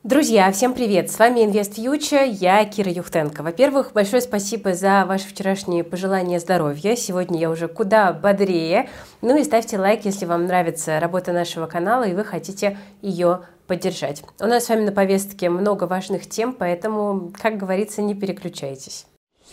Друзья, всем привет! С вами InvestFuture, я Кира Юхтенко. Во-первых, большое спасибо за ваши вчерашние пожелания здоровья. Сегодня я уже куда бодрее. Ну и ставьте лайк, если вам нравится работа нашего канала и вы хотите ее поддержать. У нас с вами на повестке много важных тем, поэтому, как говорится, не переключайтесь.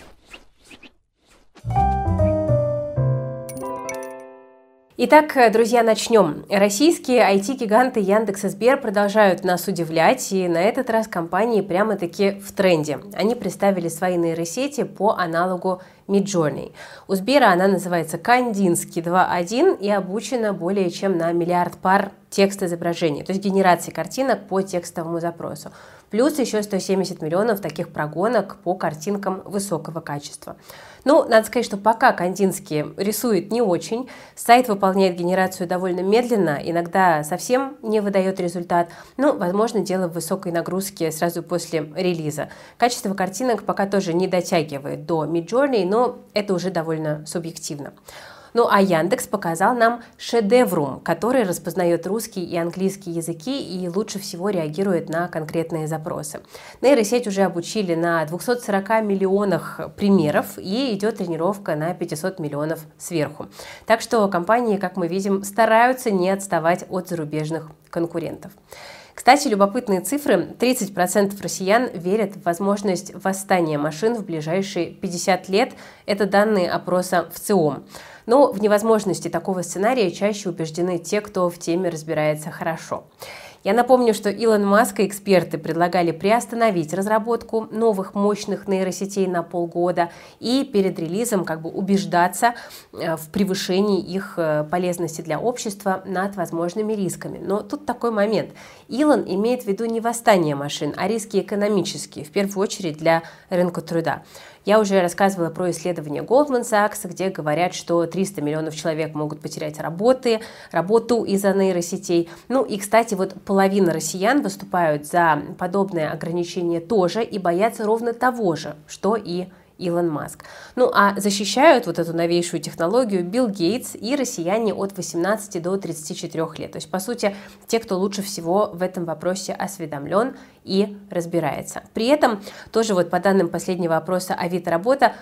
Итак, друзья, начнем. Российские IT-гиганты Яндекс и Сбер продолжают нас удивлять, и на этот раз компании прямо-таки в тренде. Они представили свои нейросети по аналогу Midjourney. У Сбера она называется Кандинский 2.1 и обучена более чем на миллиард пар текст-изображений, то есть генерации картинок по текстовому запросу. Плюс еще 170 миллионов таких прогонок по картинкам высокого качества. Ну, надо сказать, что пока Кандинский рисует не очень, сайт выполняет генерацию довольно медленно, иногда совсем не выдает результат. Ну, возможно, дело в высокой нагрузке сразу после релиза. Качество картинок пока тоже не дотягивает до Midjourney, но это уже довольно субъективно. Ну а Яндекс показал нам Шедеврум, который распознает русский и английский языки и лучше всего реагирует на конкретные запросы. Нейросеть уже обучили на 240 миллионах примеров и идет тренировка на 500 миллионов сверху. Так что компании, как мы видим, стараются не отставать от зарубежных конкурентов. Кстати, любопытные цифры. 30% россиян верят в возможность восстания машин в ближайшие 50 лет. Это данные опроса ВЦИОМ. Но в невозможности такого сценария чаще убеждены те, кто в теме разбирается хорошо. Я напомню, что Илон Маск и эксперты предлагали приостановить разработку новых мощных нейросетей на полгода и перед релизом убеждаться в превышении их полезности для общества над возможными рисками. Но тут такой момент. Илон имеет в виду не восстание машин, а риски экономические, в первую очередь для рынка труда. Я уже рассказывала про исследование Goldman Sachs, где говорят, что 300 миллионов человек могут потерять работу из-за нейросетей. Ну и, кстати, вот половина россиян выступают за подобное ограничение тоже и боятся ровно того же, что и Илон Маск. Ну а защищают вот эту новейшую технологию Билл Гейтс и россияне от 18 до 34 лет. То есть, по сути, те, кто лучше всего в этом вопросе осведомлен и разбирается. При этом, тоже вот по данным последнего опроса Авито Работа,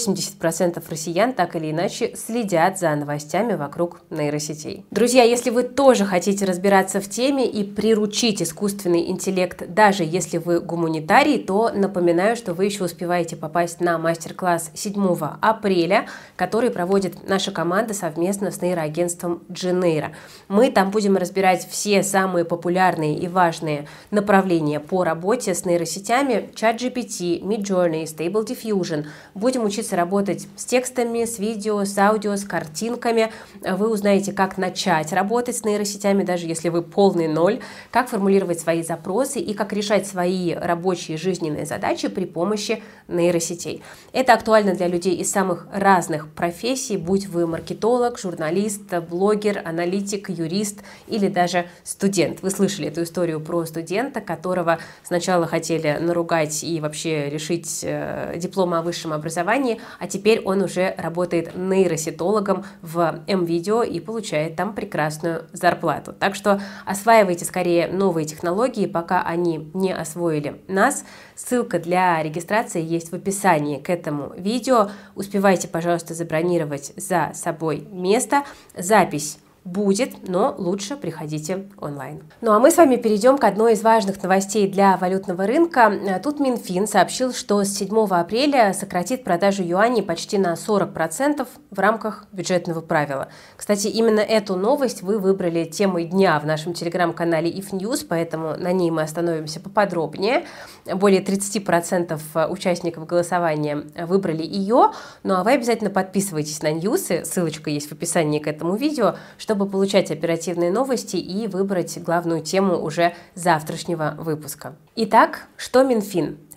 80% россиян так или иначе следят за новостями вокруг нейросетей. Друзья, если вы тоже хотите разбираться в теме и приручить искусственный интеллект, даже если вы гуманитарий, то напоминаю, что вы еще успеваете попасть на мастер-класс 7 апреля, который проводит наша команда совместно с нейроагентством Genera. Мы там будем разбирать все самые популярные и важные направления по работе с нейросетями: ChatGPT, Midjourney, Stable Diffusion. Будем учиться работать с текстами, с видео, с аудио, с картинками. Вы узнаете, как начать работать с нейросетями, даже если вы полный ноль, как формулировать свои запросы и как решать свои рабочие жизненные задачи при помощи нейросетей. Это актуально для людей из самых разных профессий, будь вы маркетолог, журналист, блогер, аналитик, юрист или даже студент. Вы слышали эту историю про студента, которого сначала хотели наругать и вообще лишить диплома о высшем образовании, а теперь он уже работает нейросетологом в МВидео и получает там прекрасную зарплату. Так что осваивайте скорее новые технологии, пока они не освоили нас. Ссылка для регистрации есть в описании к этому видео. Успевайте, пожалуйста, забронировать за собой место. Запись будет, но лучше приходите онлайн. Ну а мы с вами перейдем к одной из важных новостей для валютного рынка. Тут Минфин сообщил, что с 7 апреля сократит продажу юаней почти на 40% в рамках бюджетного правила. Кстати, именно эту новость вы выбрали темой дня в нашем телеграм-канале IF-News, поэтому на ней мы остановимся поподробнее. Более 30% участников голосования выбрали ее. Ну а вы обязательно подписывайтесь на ньюсы, ссылочка есть в описании к этому видео, чтобы получать оперативные новости и выбрать главную тему уже завтрашнего выпуска. Итак, что Минфин?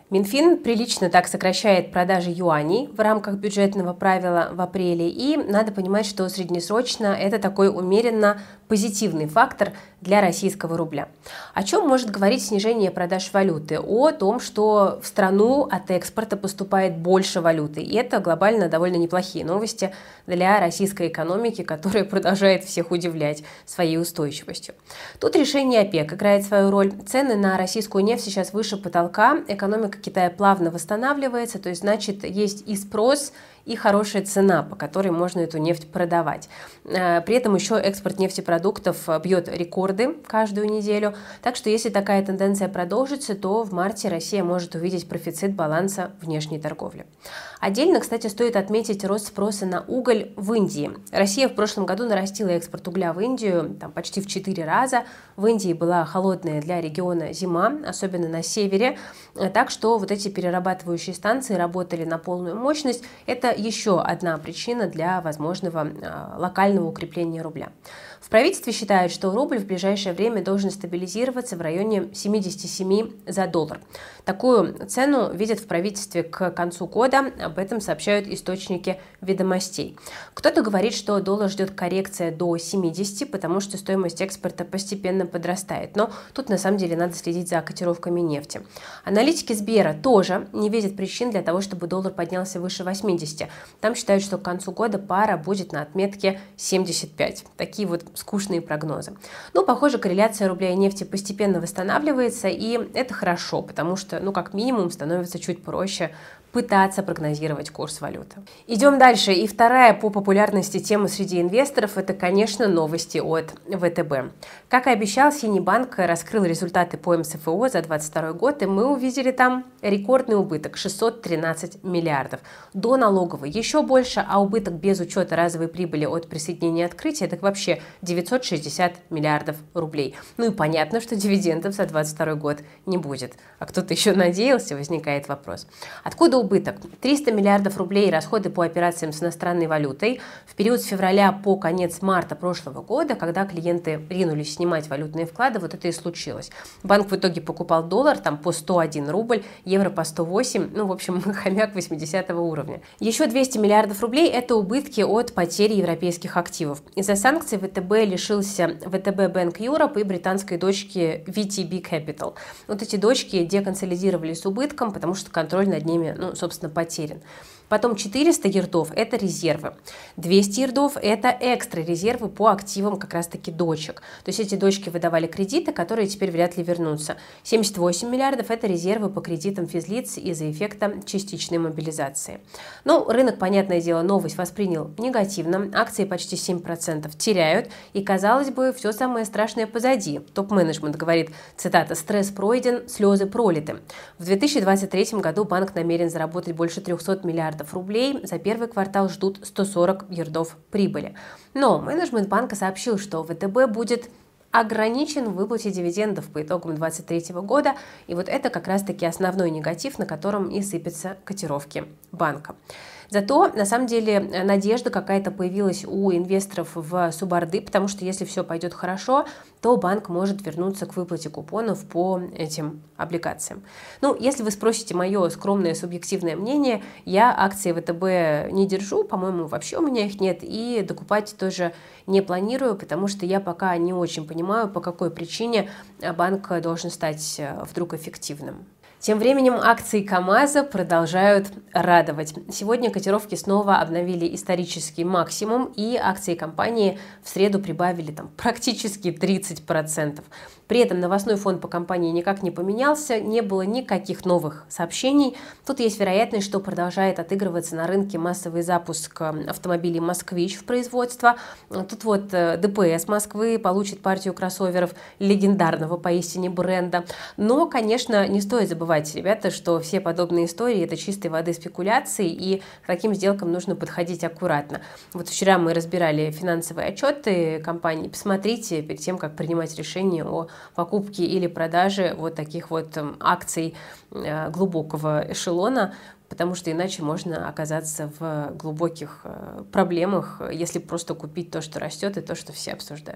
Минфин прилично так сокращает продажи юаней в рамках бюджетного правила в апреле, и надо понимать, что среднесрочно это такой умеренно позитивный фактор для российского рубля. О чем может говорить снижение продаж валюты? О том, что в страну от экспорта поступает больше валюты, и это глобально довольно неплохие новости для российской экономики, которая продолжает всех удивлять своей устойчивостью. Тут решение ОПЕК играет свою роль. Цены на российскую нефть сейчас выше потолка, экономика Китая плавно восстанавливается, то есть значит есть и спрос, и хорошая цена, по которой можно эту нефть продавать. При этом еще экспорт нефтепродуктов бьет рекорды каждую неделю. Так что если такая тенденция продолжится, то в марте Россия может увидеть профицит баланса внешней торговли. Отдельно, кстати, стоит отметить рост спроса на уголь в Индии. Россия в прошлом году нарастила экспорт угля в Индию почти в 4 раза. В Индии была холодная для региона зима, особенно на севере. Так что вот эти перерабатывающие станции работали на полную мощность. Это еще одна причина для возможного локального укрепления рубля. В правительстве считают, что рубль в ближайшее время должен стабилизироваться в районе 77 за доллар. Такую цену видят в правительстве к концу года, об этом сообщают источники «Ведомостей». Кто-то говорит, что доллар ждет коррекция до 70, потому что стоимость экспорта постепенно подрастает. Но тут на самом деле надо следить за котировками нефти. Аналитики Сбера тоже не видят причин для того, чтобы доллар поднялся выше 80. Там считают, что к концу года пара будет на отметке 75. Такие вот скучные прогнозы. Но, похоже, корреляция рубля и нефти постепенно восстанавливается, и это хорошо, потому что, как минимум, становится чуть проще пытаться прогнозировать курс валюты. Идем дальше. И вторая по популярности тема среди инвесторов – это, конечно, новости от ВТБ. Как и обещал, Синий банк раскрыл результаты по МСФО за 2022 год, и мы увидели там рекордный убыток – 613 миллиардов. До налоговой еще больше, а убыток без учета разовой прибыли от присоединения открытия – это вообще 960 миллиардов рублей. И понятно, что дивидендов за 2022 год не будет. А кто-то еще надеялся, возникает вопрос. Откуда убыток? 300 миллиардов рублей расходы по операциям с иностранной валютой в период с февраля по конец марта прошлого года, когда клиенты ринулись снимать валютные вклады, вот это и случилось. Банк в итоге покупал доллар по 101 рубль, евро по 108, в общем, хомяк 80 уровня. Еще 200 миллиардов рублей – это убытки от потери европейских активов. Из-за санкций ВТБ лишился ВТБ Bank Europe и британской дочки VTB Capital. Вот эти дочки деконсолидировались с убытком, потому что контроль над ними, собственно, потерян. Потом 400 ярдов – это резервы. 200 ярдов – это экстра резервы по активам как раз-таки дочек. То есть эти дочки выдавали кредиты, которые теперь вряд ли вернутся. 78 миллиардов – это резервы по кредитам физлиц из-за эффекта частичной мобилизации. Рынок, понятное дело, новость воспринял негативно. Акции почти 7% теряют. И, казалось бы, все самое страшное позади. Топ-менеджмент говорит, цитата, «стресс пройден, слезы пролиты». В 2023 году банк намерен заработать больше 300 миллиардов рублей, за первый квартал ждут 140 ярдов прибыли. Но менеджмент банка сообщил, что ВТБ будет ограничен в выплате дивидендов по итогам 2023 года, и вот это как раз-таки основной негатив, на котором и сыпятся котировки банка. Зато, на самом деле, надежда какая-то появилась у инвесторов в суборды, потому что если все пойдет хорошо, то банк может вернуться к выплате купонов по этим облигациям. Если вы спросите мое скромное субъективное мнение, я акции ВТБ не держу, по-моему, вообще у меня их нет, и докупать тоже не планирую, потому что я пока не очень понимаю, по какой причине банк должен стать вдруг эффективным. Тем временем акции КАМАЗа продолжают радовать. Сегодня котировки снова обновили исторический максимум, и акции компании в среду прибавили практически 30%. При этом новостной фон по компании никак не поменялся, не было никаких новых сообщений. Тут есть вероятность, что продолжает отыгрываться на рынке массовый запуск автомобилей «Москвич» в производство. Тут ДПС Москвы получит партию кроссоверов легендарного поистине бренда. Но, конечно, не стоит забывать, ребята, что все подобные истории – это чистой воды спекуляции, и к таким сделкам нужно подходить аккуратно. Вчера мы разбирали финансовые отчеты компании. Посмотрите перед тем, как принимать решение о покупки или продажи таких акций глубокого эшелона, потому что иначе можно оказаться в глубоких проблемах, если просто купить то, что растет, и то, что все обсуждают.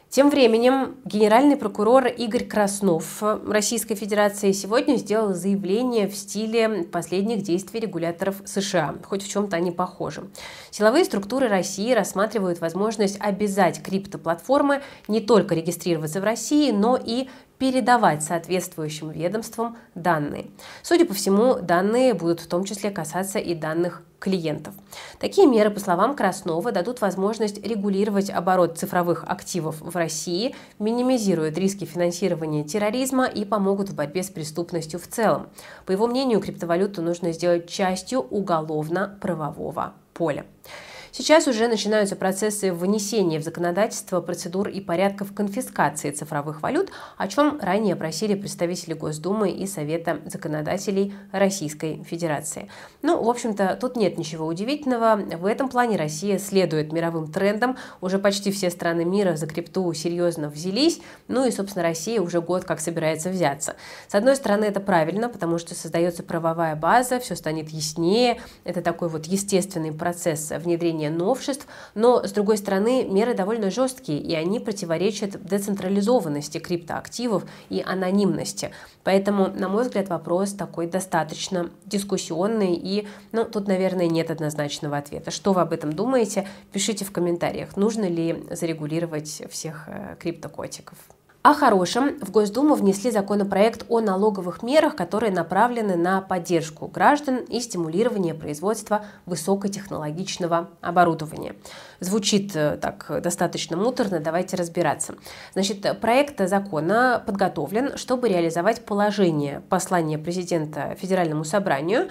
Тем временем генеральный прокурор Игорь Краснов Российской Федерации сегодня сделал заявление в стиле последних действий регуляторов США, хоть в чем-то они похожи. Силовые структуры России рассматривают возможность обязать криптоплатформы не только регистрироваться в России, но и передавать соответствующим ведомствам данные. Судя по всему, данные будут в том числе касаться и данных клиентов. Такие меры, по словам Краснова, дадут возможность регулировать оборот цифровых активов в России, минимизируют риски финансирования терроризма и помогут в борьбе с преступностью в целом. По его мнению, криптовалюту нужно сделать частью уголовно-правового поля. Сейчас уже начинаются процессы внесения в законодательство процедур и порядков конфискации цифровых валют, о чем ранее просили представители Госдумы и Совета законодателей Российской Федерации. Ну, в общем-то, тут нет ничего удивительного. В этом плане Россия следует мировым трендам. Уже почти все страны мира за крипту серьезно взялись. Ну и, собственно, Россия уже год как собирается взяться. С одной стороны, это правильно, потому что создается правовая база, все станет яснее. Это такой вот естественный процесс внедрения новшеств, но, с другой стороны, меры довольно жесткие, и они противоречат децентрализованности криптоактивов и анонимности. Поэтому, на мой взгляд, вопрос такой достаточно дискуссионный, и, тут, наверное, нет однозначного ответа. Что вы об этом думаете? Пишите в комментариях, нужно ли зарегулировать всех криптокотиков. О хорошем. В Госдуму внесли законопроект о налоговых мерах, которые направлены на поддержку граждан и стимулирование производства высокотехнологичного оборудования. Звучит так достаточно муторно, давайте разбираться. Значит, проект закона подготовлен, чтобы реализовать положение послания президента Федеральному собранию.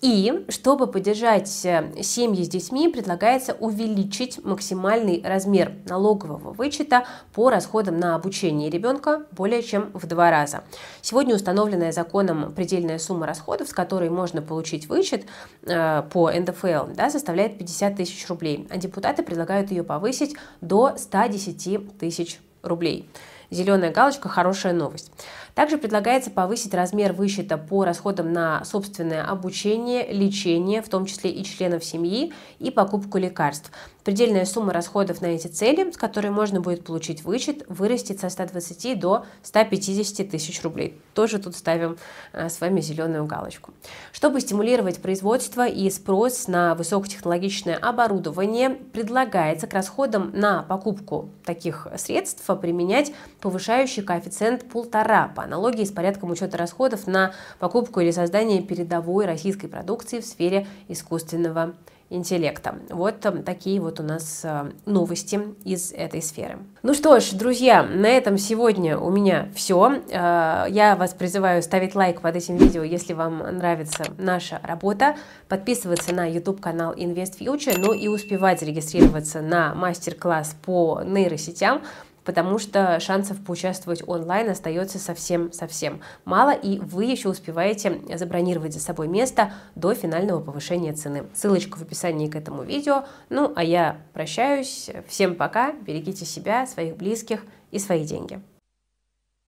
И чтобы поддержать семьи с детьми, предлагается увеличить максимальный размер налогового вычета по расходам на обучение ребенка более чем в 2 раза. Сегодня установленная законом предельная сумма расходов, с которой можно получить вычет по НДФЛ, составляет 50 тысяч рублей, а депутаты предлагают ее повысить до 110 тысяч рублей. Зеленая галочка – хорошая новость. Также предлагается повысить размер вычета по расходам на собственное обучение, лечение, в том числе и членов семьи, и покупку лекарств. Предельная сумма расходов на эти цели, с которой можно будет получить вычет, вырастет со 120 до 150 тысяч рублей. Тоже тут ставим с вами зеленую галочку. Чтобы стимулировать производство и спрос на высокотехнологичное оборудование, предлагается к расходам на покупку таких средств применять повышающий коэффициент 1,5 по аналогии с порядком учета расходов на покупку или создание передовой российской продукции в сфере искусственного интеллекта. Вот такие вот у нас новости из этой сферы. Ну что ж, друзья, на этом сегодня у меня все. Я вас призываю ставить лайк под этим видео, если вам нравится наша работа, подписываться на YouTube-канал InvestFuture, ну и успевать зарегистрироваться на мастер-класс по нейросетям, потому что шансов поучаствовать онлайн остается совсем мало, и вы еще успеваете забронировать за собой место до финального повышения цены. Ссылочка в описании к этому видео. Ну, а я прощаюсь. Всем пока, берегите себя, своих близких и свои деньги.